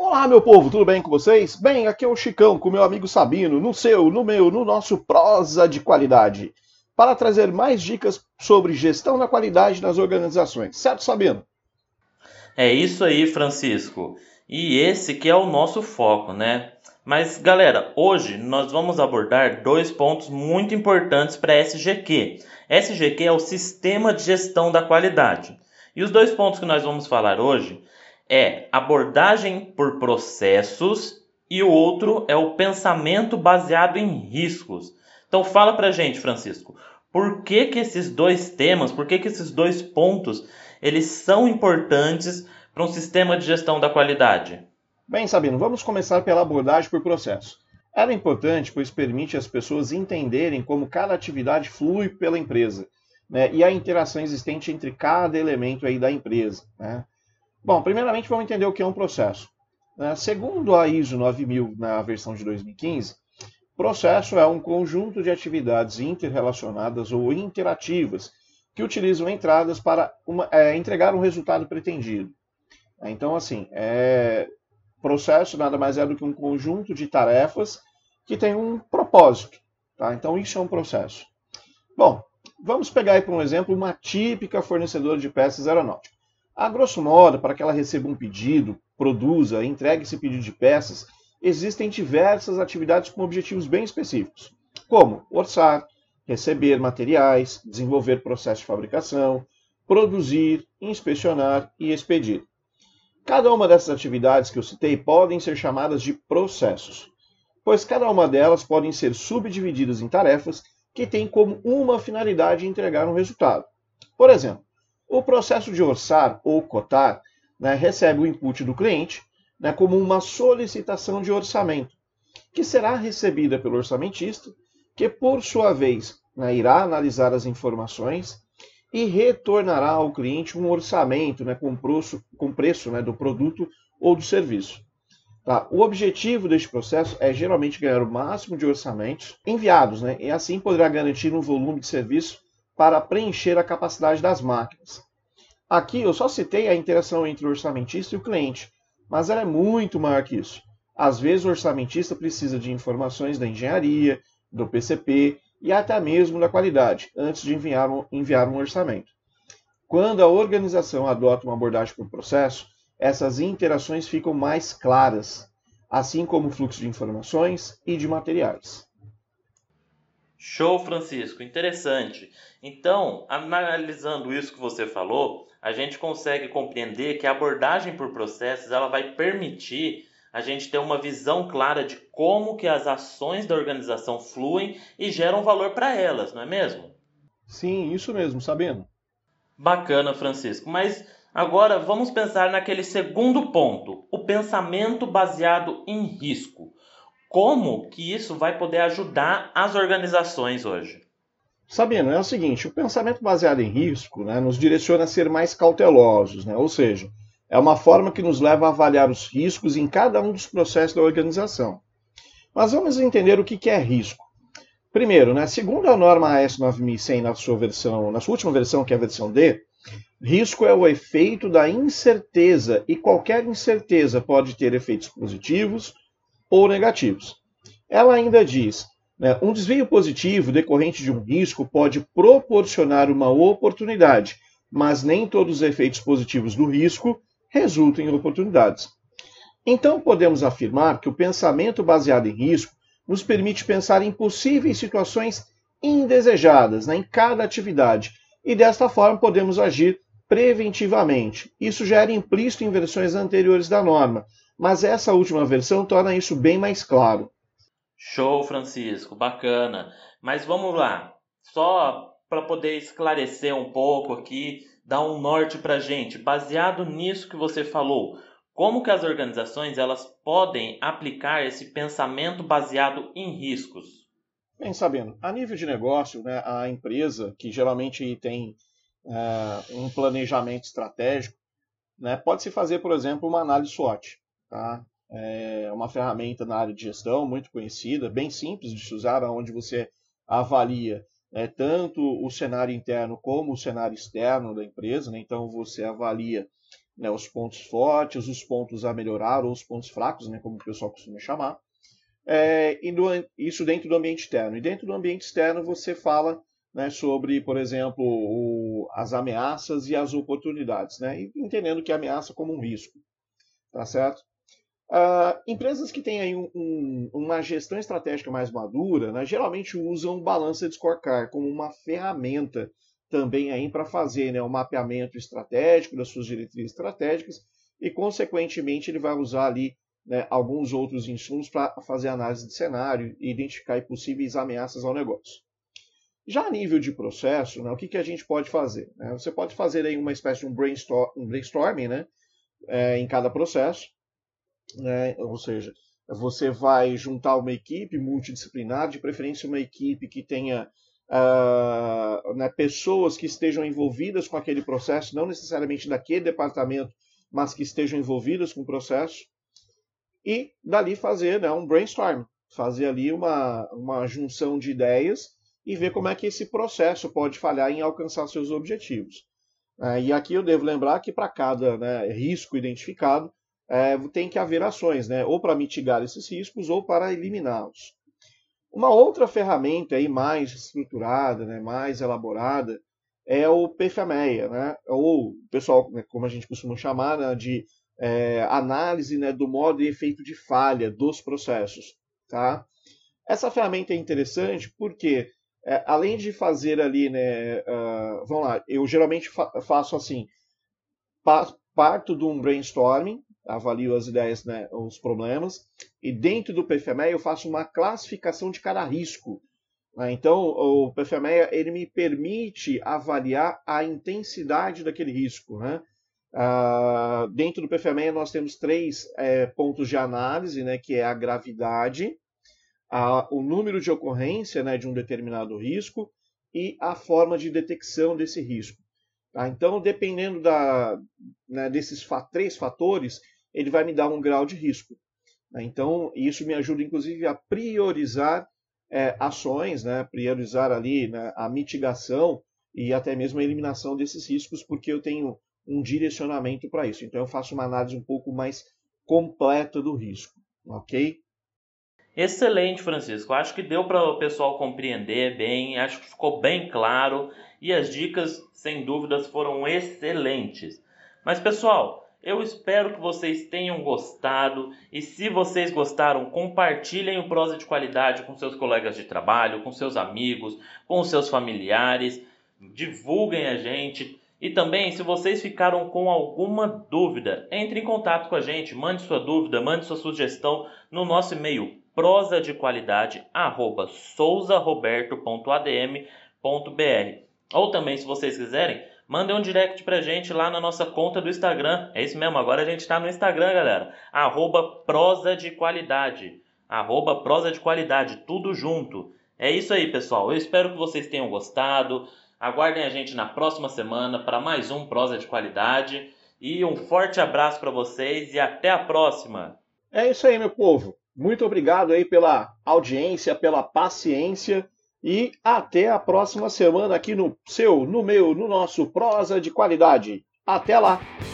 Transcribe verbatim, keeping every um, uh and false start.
Olá, meu povo, tudo bem com vocês? Bem, aqui é o Chicão com meu amigo Sabino, no seu, no meu, no nosso Prosa de Qualidade, para trazer mais dicas sobre gestão da qualidade nas organizações. Certo, Sabino? É isso aí, Francisco. E esse que é o nosso foco, né? Mas, galera, hoje nós vamos abordar dois pontos muito importantes para S G Q. S G Q é o Sistema de Gestão da Qualidade. E os dois pontos que nós vamos falar hoje é abordagem por processos e o outro é o pensamento baseado em riscos. Então fala pra gente, Francisco, por que que esses dois temas, por que que esses dois pontos, eles são importantes para um sistema de gestão da qualidade? Bem, Sabino, vamos começar pela abordagem por processo. Ela é importante pois permite às pessoas entenderem como cada atividade flui pela empresa, né, e a interação existente entre cada elemento aí da empresa, né? Bom, primeiramente vamos entender o que é um processo. Né? Segundo a ISO nove mil, na versão de dois mil e quinze, processo é um conjunto de atividades interrelacionadas ou interativas que utilizam entradas para uma, é, entregar um resultado pretendido. Então, assim, é, processo nada mais é do que um conjunto de tarefas que tem um propósito. Tá? Então, isso é um processo. Bom, vamos pegar aí, por um exemplo, uma típica fornecedora de peças aeronáuticas. A grosso modo, para que ela receba um pedido, produza, entregue esse pedido de peças, existem diversas atividades com objetivos bem específicos, como orçar, receber materiais, desenvolver processo de fabricação, produzir, inspecionar e expedir. Cada uma dessas atividades que eu citei podem ser chamadas de processos, pois cada uma delas podem ser subdivididas em tarefas que têm como uma finalidade entregar um resultado. Por exemplo, o processo de orçar ou cotar, né, recebe o input do cliente, né, como uma solicitação de orçamento, que será recebida pelo orçamentista, que por sua vez, né, irá analisar as informações e retornará ao cliente um orçamento, né, com preço, com preço né, do produto ou do serviço. Tá? O objetivo deste processo é geralmente ganhar o máximo de orçamentos enviados, né, e assim poderá garantir um volume de serviço para preencher a capacidade das máquinas. Aqui eu só citei a interação entre o orçamentista e o cliente, mas ela é muito maior que isso. Às vezes o orçamentista precisa de informações da engenharia, do P C P e até mesmo da qualidade, antes de enviar um, enviar um orçamento. Quando a organização adota uma abordagem por processo, essas interações ficam mais claras, assim como o fluxo de informações e de materiais. Show, Francisco, interessante. Então, analisando isso que você falou, a gente consegue compreender que a abordagem por processos ela vai permitir a gente ter uma visão clara de como que as ações da organização fluem e geram valor para elas, não é mesmo? Sim, isso mesmo, Sabino. Bacana, Francisco. Mas agora vamos pensar naquele segundo ponto, o pensamento baseado em risco. Como que isso vai poder ajudar as organizações hoje? Sabino, é o seguinte, o pensamento baseado em risco, né, nos direciona a ser mais cautelosos, né, ou seja, é uma forma que nos leva a avaliar os riscos em cada um dos processos da organização. Mas vamos entender o que é risco. Primeiro, né, segundo a norma A S nove mil e cem na sua versão, na sua última versão, que é a versão D, risco é o efeito da incerteza e qualquer incerteza pode ter efeitos positivos ou negativos. Ela ainda diz, né, um desvio positivo decorrente de um risco pode proporcionar uma oportunidade, mas nem todos os efeitos positivos do risco resultam em oportunidades. Então, podemos afirmar que o pensamento baseado em risco nos permite pensar em possíveis situações indesejadas, né, em cada atividade, e desta forma podemos agir preventivamente. Isso já era implícito em versões anteriores da norma, mas essa última versão torna isso bem mais claro. Show, Francisco, bacana. Mas vamos lá, só para poder esclarecer um pouco aqui, dar um norte para a gente, baseado nisso que você falou, como que as organizações elas podem aplicar esse pensamento baseado em riscos? Bem, sabendo, a nível de negócio, né, a empresa, que geralmente tem é, um planejamento estratégico, né, pode-se fazer, por exemplo, uma análise SWOT. Tá? É uma ferramenta na área de gestão muito conhecida, bem simples de se usar, onde você avalia né, tanto o cenário interno como o cenário externo da empresa. Né? Então, você avalia né, os pontos fortes, os pontos a melhorar, ou os pontos fracos, né, como o pessoal costuma chamar. É, e do, isso dentro do ambiente externo. E dentro do ambiente externo você fala, né, sobre, por exemplo, o, as ameaças e as oportunidades, né, entendendo que a ameaça como um risco. Tá certo? Uh, empresas que têm aí um, um, uma gestão estratégica mais madura, né, geralmente usam o Balanced Scorecard como uma ferramenta também aí para fazer, né, um mapeamento estratégico das suas diretrizes estratégicas e, consequentemente, ele vai usar ali, né, alguns outros insumos para fazer análise de cenário e identificar possíveis ameaças ao negócio. Já a nível de processo, né, o que, que a gente pode fazer? Né? Você pode fazer aí uma espécie de um, brainstorm, um brainstorming, né, é, em cada processo. Né? Ou seja, você vai juntar uma equipe multidisciplinar, de preferência uma equipe que tenha uh, né, pessoas que estejam envolvidas com aquele processo, não necessariamente daquele departamento, mas que estejam envolvidas com o processo, e dali fazer, né, um brainstorm, fazer ali uma, uma junção de ideias e ver como é que esse processo pode falhar em alcançar seus objetivos. Uh, e aqui eu devo lembrar que para cada, né, risco identificado, É, tem que haver ações, né? Ou para mitigar esses riscos ou para eliminá-los. Uma outra ferramenta aí mais estruturada, né, mais elaborada, é o P F M E A, né? Ou, pessoal, né, como a gente costuma chamar, né, de é, análise, né, do modo e efeito de falha dos processos. Tá? Essa ferramenta é interessante porque, é, além de fazer ali, né, uh, vamos lá, eu geralmente fa faço assim, pa parto de um brainstorming, avalio as ideias, né, os problemas, e dentro do P F M E A eu faço uma classificação de cada risco. Né? Então, o P F M E A ele me permite avaliar a intensidade daquele risco. Né? Ah, dentro do P F M E A nós temos três é, pontos de análise, né, que é a gravidade, a, o número de ocorrência, né, de um determinado risco e a forma de detecção desse risco. Tá? Então, dependendo da, né, desses fa três fatores, ele vai me dar um grau de risco. Né? Então, isso me ajuda, inclusive, a priorizar é, ações, né? Priorizar ali, né, a mitigação e até mesmo a eliminação desses riscos, porque eu tenho um direcionamento para isso. Então, eu faço uma análise um pouco mais completa do risco. Ok? Excelente, Francisco. Acho que deu para o pessoal compreender bem, acho que ficou bem claro e as dicas, sem dúvidas, foram excelentes. Mas, pessoal, eu espero que vocês tenham gostado e se vocês gostaram, compartilhem o Prosa de Qualidade com seus colegas de trabalho, com seus amigos, com seus familiares, divulguem a gente. E também, se vocês ficaram com alguma dúvida, entre em contato com a gente, mande sua dúvida, mande sua sugestão no nosso e-mail prosa de qualidade arroba souza roberto ponto a d m ponto b r. Ou também, se vocês quiserem, mandem um direct pra gente lá na nossa conta do Instagram. É isso mesmo, agora a gente tá no Instagram, galera. Arroba prosa de qualidade. Arroba prosa de qualidade, tudo junto. É isso aí, pessoal. Eu espero que vocês tenham gostado. Aguardem a gente na próxima semana para mais um Prosa de Qualidade. E um forte abraço para vocês e até a próxima. É isso aí, meu povo. Muito obrigado aí pela audiência, pela paciência e até a próxima semana aqui no seu, no meu, no nosso Prosa de Qualidade. Até lá!